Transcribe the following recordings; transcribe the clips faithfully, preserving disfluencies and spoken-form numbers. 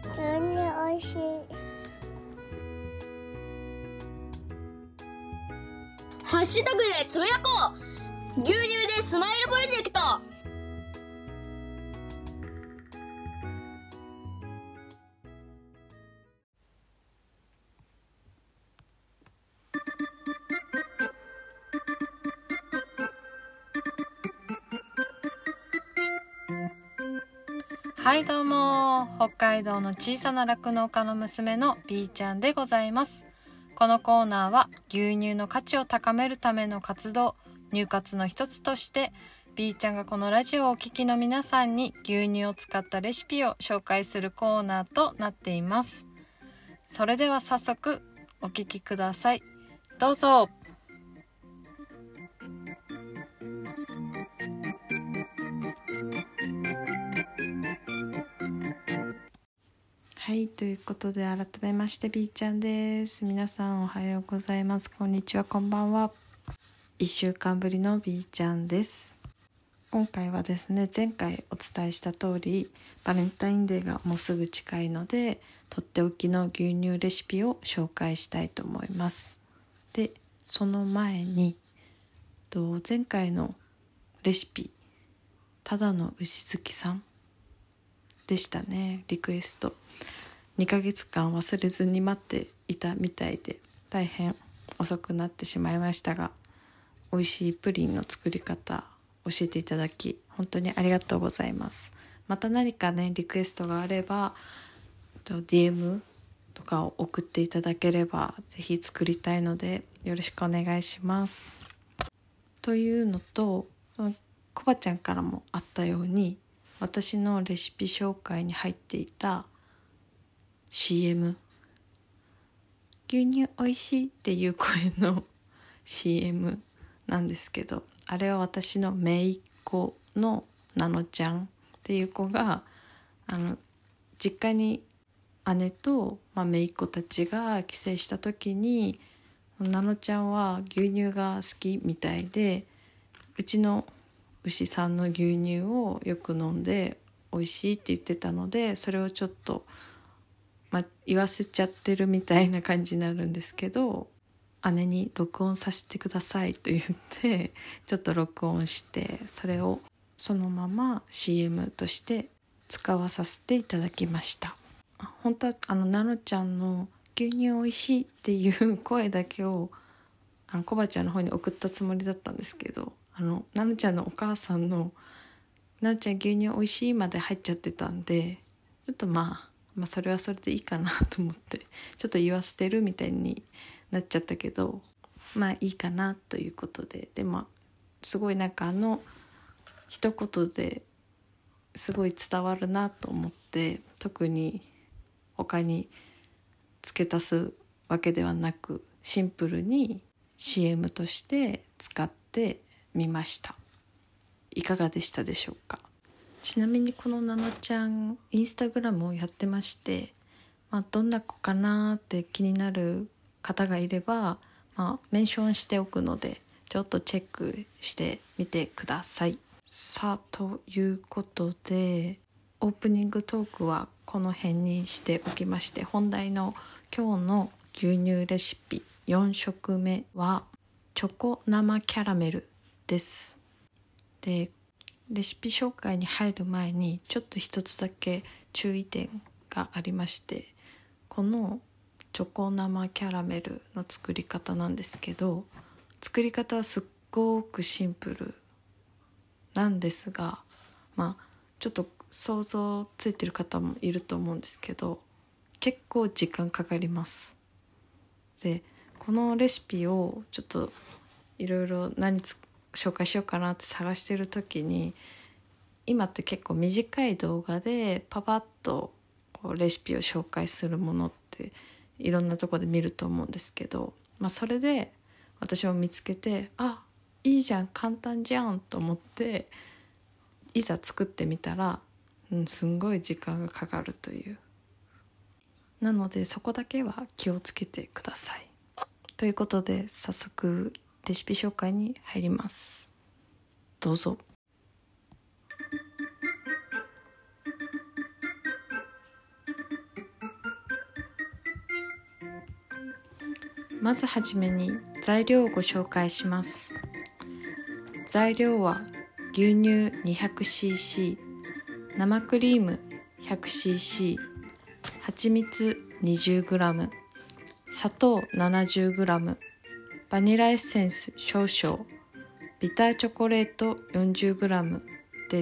牛乳おいしい。 ハッシュタグでつぶやこう。牛乳でスマイルプロジェクト。 はいどうも、北海道の小さな酪農家の娘の B ちゃんでございます。このコーナーは牛乳の価値を高めるための活動、乳活の一つとして B ちゃんがこのラジオをお聞きの皆さんに牛乳を使ったレシピを紹介するコーナーとなっています。それでは早速お聞きください。どうぞ。はい、ということで改めまして B ちゃんです。皆さんおはようございます。こんにちは、こんばんは。いっしゅうかんぶりの B ちゃんです。今回はですね、前回お伝えした通りバレンタインデーがもうすぐ近いので、とっておきの牛乳レシピを紹介したいと思います。で、その前に前回のレシピ、ただの牛好きさんでしたね。リクエストにかげつかん忘れずに待っていたみたいで、大変遅くなってしまいましたが、美味しいプリンの作り方教えていただき本当にありがとうございます。また何かねリクエストがあれば ディーエム とかを送っていただければぜひ作りたいのでよろしくお願いします。というのと、コバちゃんからもあったように、私のレシピ紹介に入っていた シーエム、 牛乳おいしいっていう声の シーエム なんですけど、あれは私の姪っ子のなのちゃんっていう子があの実家に姉と、まあ、姪っ子たちが帰省した時に、なのちゃんは牛乳が好きみたいで、うちの牛さんの牛乳をよく飲んで美味しいって言ってたので、それをちょっと、まあ、言わせちゃってるみたいな感じになるんですけど、姉に録音させてくださいと言ってちょっと録音して、それをそのまま シーエム として使わさせていただきました。本当はあのなのちゃんの牛乳おいしいっていう声だけをあのコバちゃんの方に送ったつもりだったんですけど、あのなのちゃんのお母さんのなのちゃん牛乳おいしいまで入っちゃってたんで、ちょっとまあまあそれはそれでいいかなと思ってちょっと言わせてるみたいになっちゃったけど、まあいいかなということで、でもすごいなんかあの一言ですごい伝わるなと思って、特に他に付け足すわけではなくシンプルに シーエム として使ってみました。いかがでしたでしょうか。ちなみにこのなのちゃんインスタグラムをやってまして、まあ、どんな子かなって気になる方がいれば、まあ、メンションしておくのでちょっとチェックしてみてください。さあということでオープニングトークはこの辺にしておきまして、本題の今日の牛乳レシピよん食目はチョコ生キャラメルです。でレシピ紹介に入る前にちょっと一つだけ注意点がありまして、このチョコ生キャラメルの作り方なんですけど、作り方はすっごくシンプルなんですが、まあちょっと想像ついてる方もいると思うんですけど、結構時間かかります。でこのレシピをちょっといろいろ何つ紹介しようかなって探してる時に、今って結構短い動画でパパッとこうレシピを紹介するものっていろんなとこで見ると思うんですけど、まあ、それで私も見つけて、あ、いいじゃん、簡単じゃんと思っていざ作ってみたら、うん、すんごい時間がかかるという。なのでそこだけは気をつけてください。ということで早速レシピ紹介に入ります。どうぞ。 まずはじめに材料をご紹介します。材料は牛乳 にひゃくシーシー、 生クリーム ひゃくシーシー、 蜂蜜 にじゅうグラム、 砂糖 ななじゅうグラム、 バニラエッセンス少々、ビターチョコレート よんじゅうグラム です。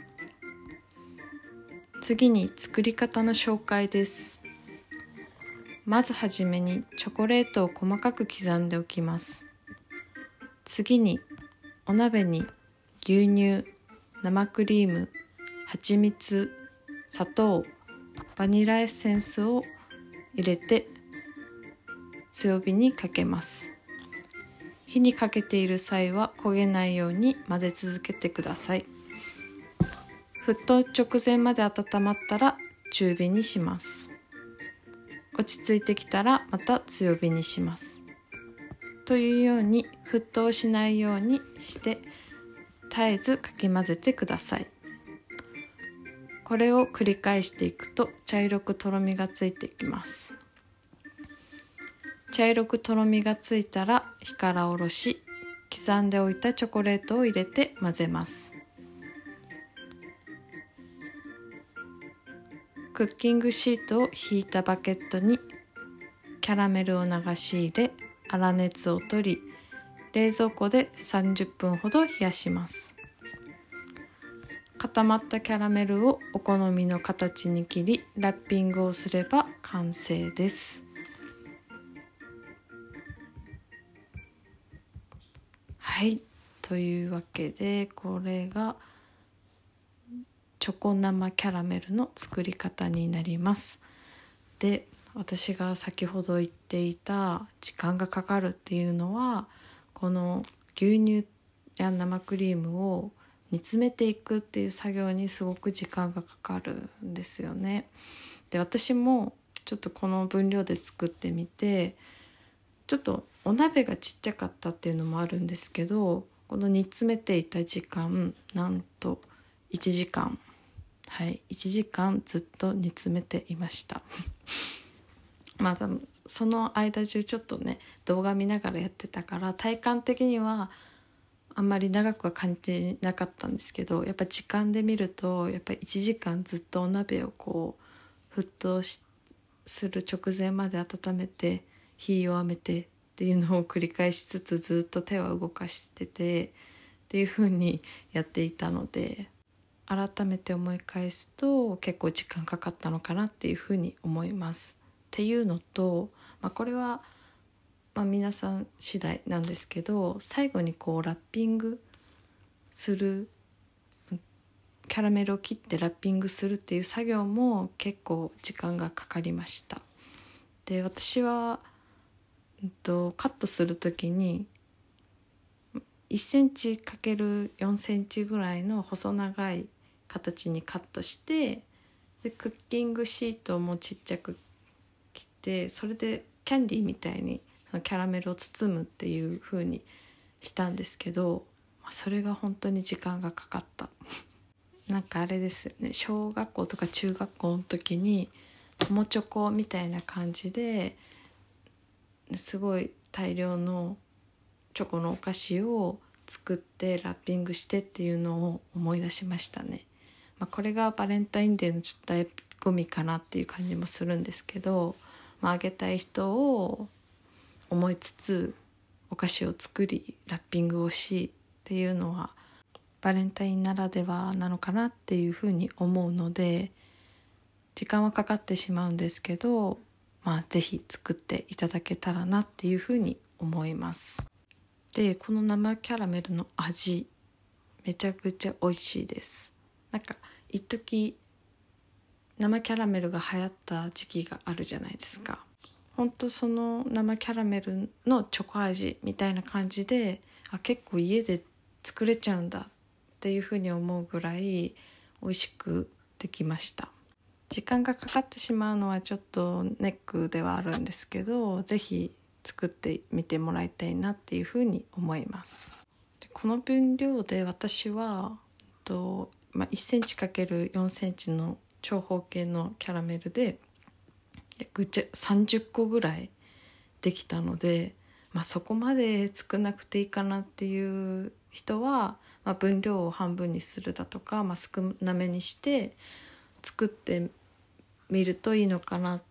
次に作り方の紹介です。まずはじめにチョコレートを細かく刻んでおきます。次にお鍋に牛乳、生クリーム、蜂蜜、砂糖、バニラエッセンスを入れて強火にかけます。火にかけている際は焦げないように混ぜ続けてください。沸騰直前まで温まったら中火にします。落ち着いてきたらまた強火にします。というように沸騰しないようにして絶えずかき混ぜてください。これを繰り返していくと茶色くとろみがついていきます。茶色くとろみがついたら火から下ろし、刻んでおいたチョコレートを入れて混ぜます。クッキングシートを引いたバケットにキャラメルを流し入れ、粗熱を取り、冷蔵庫でさんじゅっぷんほど冷やします。固まったキャラメルをお好みの形に切り、ラッピングをすれば完成です。はい、というわけでこれがチョコ生キャラメルの作り方になります。で、私が先ほど言っていた時間がかかるっていうのは、この牛乳や生クリームを煮詰めていくっていう作業にすごく時間がかかるんですよね。で、私もちょっとこの分量で作ってみて、ちょっとお鍋がちっちゃかったっていうのもあるんですけど、この煮詰めていた時間、なんといちじかん、はい、いちじかんずっと煮詰めていましたまあその間中ちょっとね動画見ながらやってたから体感的にはあんまり長くは感じなかったんですけど、やっぱ時間で見るとやっぱりいちじかんずっとお鍋をこう沸騰しする直前まで温めて火弱めてっていうのを繰り返しつつずっと手は動かしててっていう風にやっていたので、改めて思い返すと結構時間かかったのかなっていう風に思います。っていうのと、まあ、これはまあ皆さん次第なんですけど、最後にこうラッピングする、キャラメルを切ってラッピングするっていう作業も結構時間がかかりました。で、私は、えっと、カットする時にいちセンチかけるよんセンチぐらいの細長い形にカットして、でクッキングシートもちっちゃく切って、それでキャンディーみたいにそのキャラメルを包むっていう風にしたんですけど、それが本当に時間がかかったなんかあれですよね、小学校とか中学校の時に友チョコみたいな感じですごい大量のチョコのお菓子を作ってラッピングしてっていうのを思い出しましたね。まあ、これがバレンタインデーのちょっと醍醐味かなっていう感じもするんですけど、まあ、あげたい人を思いつつお菓子を作りラッピングをしっていうのはバレンタインならではなのかなっていうふうに思うので、時間はかかってしまうんですけど、まあぜひ作っていただけたらなっていうふうに思います。で、この生キャラメルの味めちゃくちゃ美味しいです。なんか一時生キャラメルが流行った時期があるじゃないですか。本当その生キャラメルのチョコ味みたいな感じで、あ、結構家で作れちゃうんだっていうふうに思うぐらい美味しくできました。時間がかかってしまうのはちょっとネックではあるんですけど、ぜひ作ってみてもらいたいなっていうふうに思います。で、この分量で私はと、まあ、いちセンチかけるよんセンチの長方形のキャラメルで約さんじゅっこぐらいできたので、まあ、そこまで作らなくていいかなっていう人は、まあ、分量を半分にするだとか、まあ、少なめにして作ってみるといいのかなって。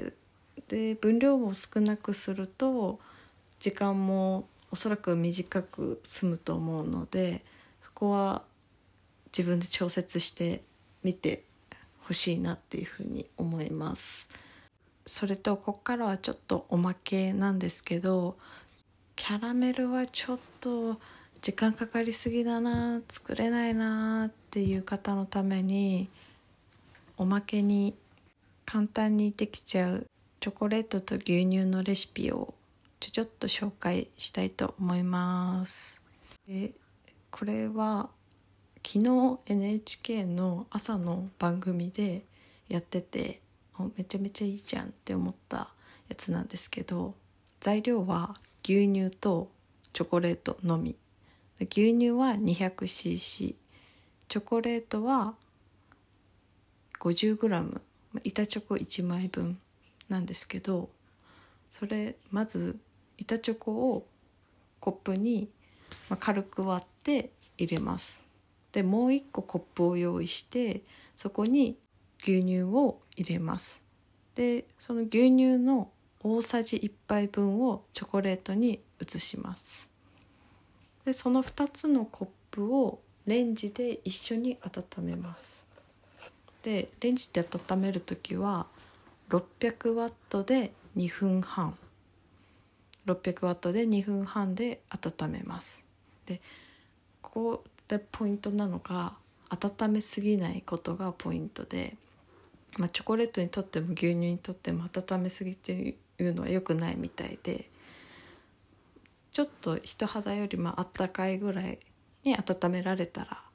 で分量を少なくすると時間もおそらく短く済むと思うので、そこは自分で調節してみてほしいなっていうふうに思います。それとここからはちょっとおまけなんですけど、キャラメルはちょっと時間かかりすぎだな、作れないなっていう方のためにおまけに簡単にできちゃうチョコレートと牛乳のレシピをちょちょっと紹介したいと思います。でこれは昨日 エヌエイチケー の朝の番組でやってて、めちゃめちゃいいじゃんって思ったやつなんですけど、材料は牛乳とチョコレートのみ。牛乳は にひゃくシーシー、 チョコレートは ごじゅうグラム、 板チョコいちまいぶんなんですけど、それまず板チョコをコップに軽く割って入れます。でもう一個コップを用意して、そこに牛乳を入れます。でその牛乳の大さじいっぱいぶんをチョコレートに移します。でそのふたつのコップをレンジで一緒に温めます。でレンジで温めるときはろっぴゃくワットでにふんはん、ろっぴゃくワットでにふんはんで温めます。でここでポイントなのが、温めすぎないことがポイントで、まあ、チョコレートにとっても牛乳にとっても温めすぎっていうのは良くないみたいで、ちょっと人肌よりもあったかいぐらいに温められたら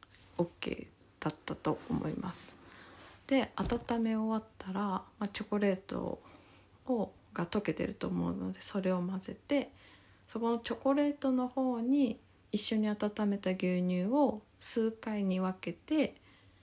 OK だったと思います。で温め終わったら、まあ、チョコレートをが溶けてると思うので、それを混ぜて、そこのチョコレートの方に一緒に温めた牛乳を数回に分けて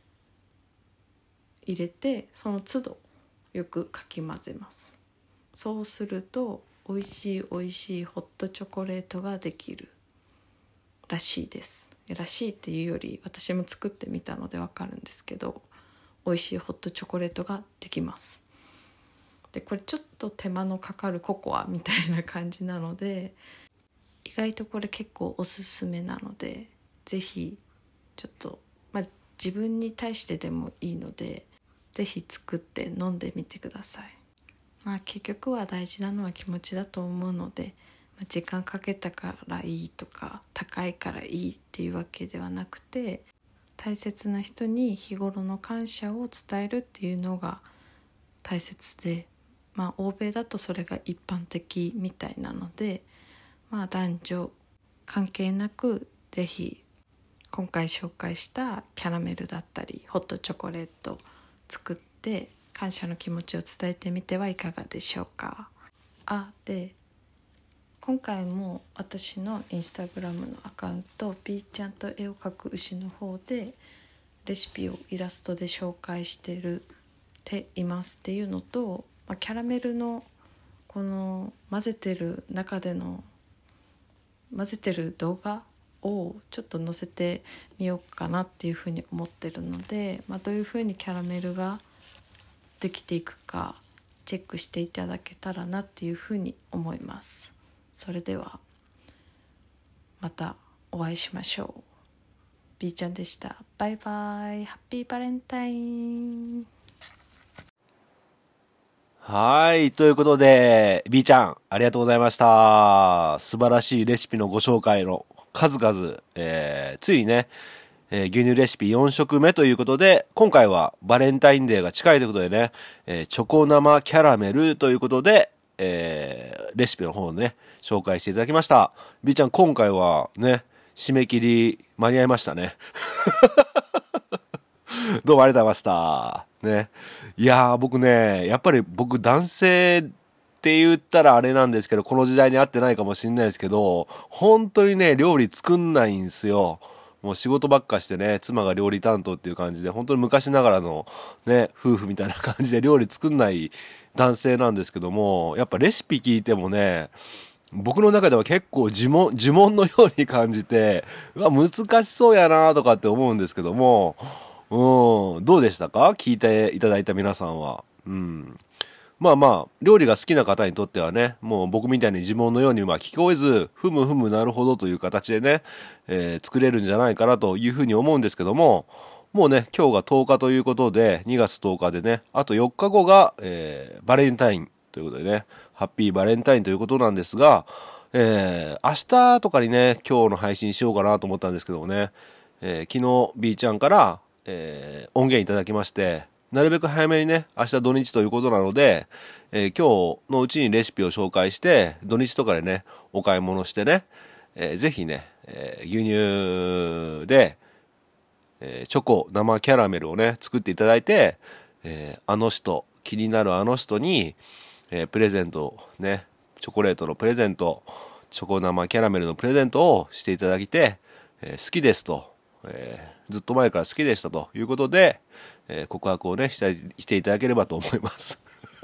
入れて、その都度よくかき混ぜます。そうすると美味しい美味しいホットチョコレートができるらしいです。らしいっていうより、私も作ってみたので分かるんですけど、美味しいホットチョコレートができます。でこれちょっと手間のかかるココアみたいな感じなので、意外とこれ結構おすすめなので、ぜひちょっと、まあ、自分に対してでもいいので、ぜひ作って飲んでみてください。まあ結局は大事なのは気持ちだと思うので、まあ、時間かけたからいいとか高いからいいっていうわけではなくて、大切な人に日頃の感謝を伝えるっていうのが大切で、まあ欧米だとそれが一般的みたいなので、まあ男女関係なくぜひ今回紹介したキャラメルだったりホットチョコレート作って感謝の気持ちを伝えてみてはいかがでしょうか。あで今回も私のインスタグラムのアカウント B ちゃんと絵を描く牛の方でレシピをイラストで紹介してるていますっていうのと、まあ、キャラメルのこの混ぜてる中での混ぜてる動画をちょっと載せてみようかなっていうふうに思ってるので、まあ、どういうふうにキャラメルができていくかチェックしていただけたらなっていうふうに思います。それではまたお会いしましょう。 B ちゃんでした。バイバイ。ハッピーバレンタイン。 はい。ということで、B ちゃん、ありがとうございました。素晴らしいレシピのご紹介の数々、えー、ついにね、えー、牛乳レシピよん食目ということで、今回はバレンタインデーが近いということでね、えー、チョコ生キャラメルということで、えー、レシピの方をね、紹介していただきました。B ちゃん、今回はね、締め切り間に合いましたね。どうもありがとうございました。ね。いやー、僕ね、やっぱり僕男性って言ったらあれなんですけど、この時代に合ってないかもしれないですけど、本当にね、料理作んないんですよ。 もう仕事ばっかしてね、妻が料理担当っていう感じで、本当に昔ながらのね、夫婦みたいな感じで料理作んない男性なんですけども、やっぱレシピ聞いてもね、僕の中では結構呪文、呪文のように感じて、うわ、難しそうやなとかって思うんですけども、うん、どうでしたか？聞いていただいた皆さんは。うん。まあまあ、料理が好きな方にとってはね、もう僕みたいに呪文のようにまあ聞こえず、ふむふむなるほどという形でね、えー作れるんじゃないかなというふうに思うんですけども、もうね、今日がとおかということで、にがつとおかでね、あとよっかごが、えーバレンタインということでね、ハッピーバレンタインということなんですが、えー明日とかにね、今日の配信しようかなと思ったんですけどもね、えー昨日 B ちゃんから、えー音源いただきまして、なるべく早めにね、明日土日ということなので、えー今日のうちにレシピを紹介して、土日とかでね、お買い物してね、えーぜひね、えー牛乳で、えーチョコ生キャラメルをね作っていただいて、えーあの人気になるあの人に、えープレゼントね、チョコレートのプレゼント、チョコ生キャラメルのプレゼントをしていただいて、えー好きですと、えーずっと前から好きでしたということで、えー告白をねしたしていただければと思います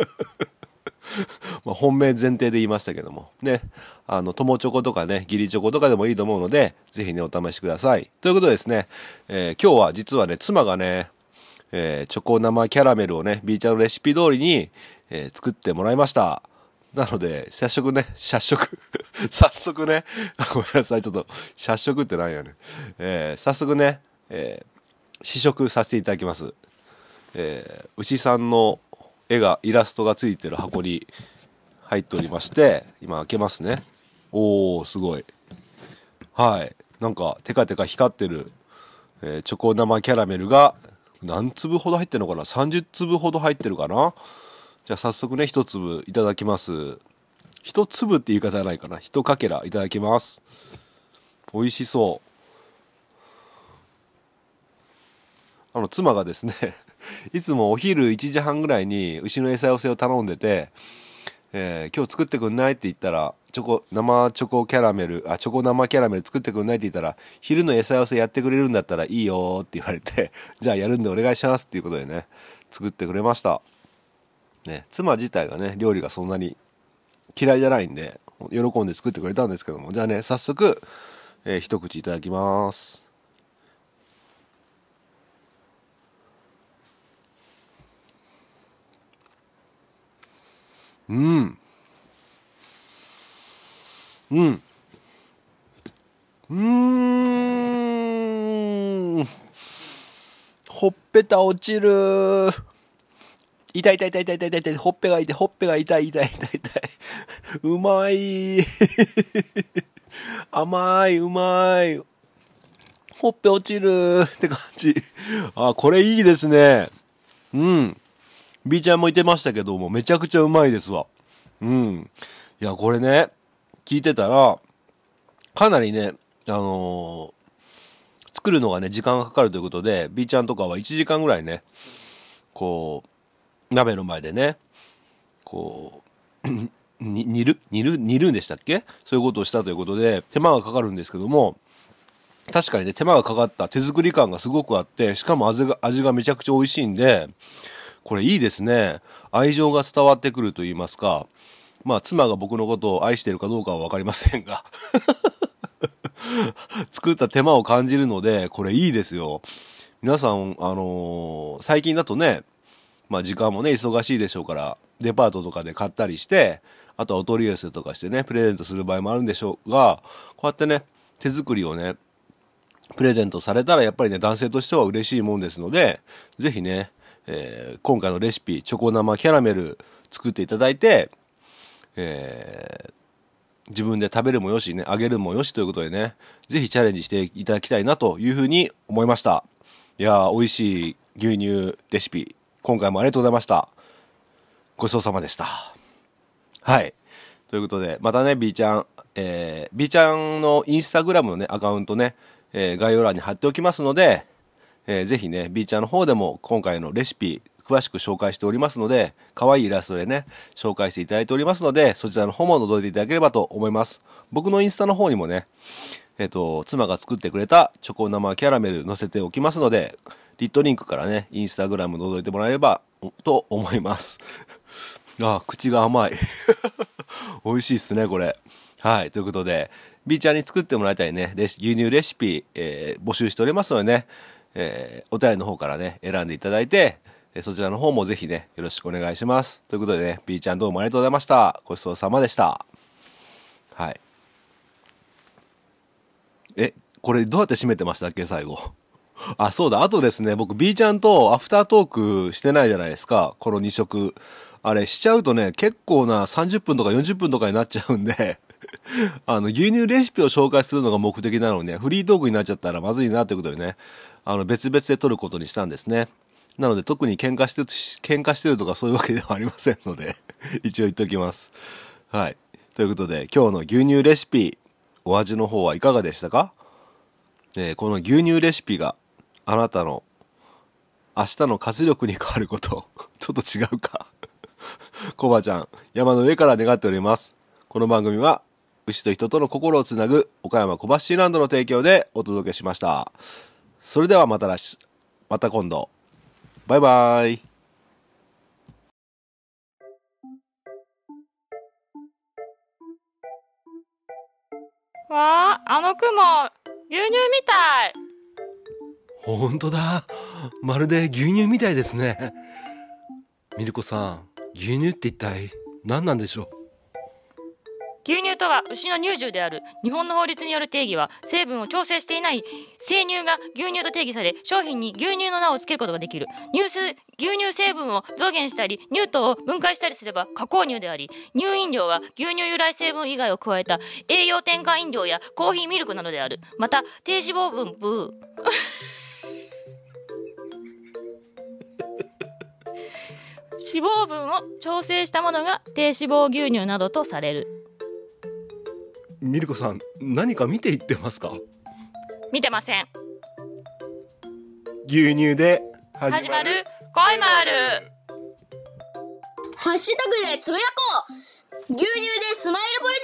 まあ本命前提で言いましたけどもね、あの友チョコとかね義理チョコとかでもいいと思うので、ぜひねお試しください。ということでですね、えー今日は実はね妻がね、えーチョコ生キャラメルをね B ちゃんのレシピ通りに、えー作ってもらいました。なので早速ね早速早速ねごめんなさい、ちょっと早速ってなんやねん、えー早速ね、えー試食させていただきます。えー牛さんの絵がイラストがついてる箱に入っておりまして、今開けますね。おーすごい、はい、なんかテカテカ光ってる、えーチョコ生キャラメルが何粒ほど入ってるのかな、さんじゅっつぶほど入ってるかな。じゃあ早速ね一粒いただきます。一粒って言い方じゃないかな、一かけらいただきます。美味しそう。あの妻がですねいつもお昼いちじはんぐらいに牛の餌寄せを頼んでて、えー今日作ってくんないって言ったら、チョコ生チョコキャラメルあチョコ生キャラメル作ってくんないって言ったら、昼の餌寄せやってくれるんだったらいいよって言われてじゃあやるんでお願いしますっていうことでね作ってくれました。ね、妻自体がね料理がそんなに嫌いじゃないんで喜んで作ってくれたんですけども、じゃあね早速、えー一口いただきます。うんうんうーんほっぺた落ちる。痛い痛い痛い痛い痛い痛い、ほっぺが痛い、ほっぺが痛い痛い痛い痛い。うまい甘いうまい、ほっぺ落ちるって感じ。あ、これいいですね。うん。B ちゃんも言ってましたけども、めちゃくちゃうまいですわ。うん。いや、これね、聞いてたら、かなりね、あのー作るのがね、時間がかかるということで、B ちゃんとかはいちじかんぐらいね、こう、鍋の前でね、こう、に煮る煮る煮るんでしたっけ、そういうことをしたということで、手間がかかるんですけども、確かにね、手間がかかった手作り感がすごくあって、しかも味が、味がめちゃくちゃ美味しいんで、これいいですね。愛情が伝わってくると言いますか、まあ妻が僕のことを愛しているかどうかは分かりませんが作った手間を感じるので、これいいですよ。皆さん、あのー最近だとね、まあ時間もね、忙しいでしょうから、デパートとかで買ったりして、あとはお取り寄せとかしてね、プレゼントする場合もあるんでしょうが、こうやってね、手作りをね、プレゼントされたらやっぱりね、男性としては嬉しいもんですので、ぜひね、えー今回のレシピ、チョコ生キャラメル作っていただいて、えー自分で食べるもよしね、あげるもよしということでね、ぜひチャレンジしていただきたいなというふうに思いました。いやー、美味しい牛乳レシピ、今回もありがとうございました。ごちそうさまでした。はい。ということで、またね、B ちゃん、えー、B ちゃんのインスタグラムのね、アカウントね、えー概要欄に貼っておきますので、えーぜひね、B ちゃんの方でも今回のレシピ、詳しく紹介しておりますので、可愛いイラストでね、紹介していただいておりますので、そちらの方も覗いていただければと思います。僕のインスタの方にもね、 えっと、妻が作ってくれたチョコ生キャラメル載せておきますので、リットリンクからね、インスタグラム覗いてもらえればと思います。あ、口が甘い。美味しいっすね、これ。はい、ということで、B ちゃんに作ってもらいたいね、レシ牛乳レシピ、えー募集しておりますのでね、えーお便りの方からね、選んでいただいて、えーそちらの方もぜひね、よろしくお願いします。ということでね、B ちゃんどうもありがとうございました。ごちそうさまでした。はい。え、これどうやって締めてましたっけ、最後。あ、そうだ。あとですね、僕 B ちゃんとアフタートークしてないじゃないですか。このに食。あれしちゃうとね、結構なさんじゅっぷんとかよんじゅっぷんとかになっちゃうんで、あの、牛乳レシピを紹介するのが目的なのにね、フリートークになっちゃったらまずいなということでね、あの、別々で撮ることにしたんですね。なので特に喧嘩してる、喧嘩してるとかそういうわけではありませんので、一応言っておきます。はい。ということで、今日の牛乳レシピ、お味の方はいかがでしたか？えーこの牛乳レシピがあなたの明日の活力に変わること、ちょっと違うか。コバちゃん、山の上から願っております。この番組は、牛と人との心をつなぐ岡山小橋ランドの提供でお届けしました。それではまた来週、また今度。バイバイ。 わあ、あの雲、牛乳みたい。 ほんとだ。まるで牛乳みたいですね。ミルコさん、牛乳って一体何なんでしょう？ 牛乳とは牛の乳汁である。日本の法律による定義は成分を調整していない生乳が牛乳と定義され、商品に牛乳の名を付けることができる。乳数牛乳成分を増減したり乳糖を分解したりすれば加工乳であり、乳飲料は牛乳由来成分以外を加えた栄養添加飲料やコーヒーミルクなどである。また低脂肪分ブー脂肪分を調整したものが低脂肪牛乳などとされる。 ミルコさん、何か見ていってますか？ 見てません。 牛乳で始まる恋もある。 ハッシュタグでつぶやこう。牛乳でスマイルポリ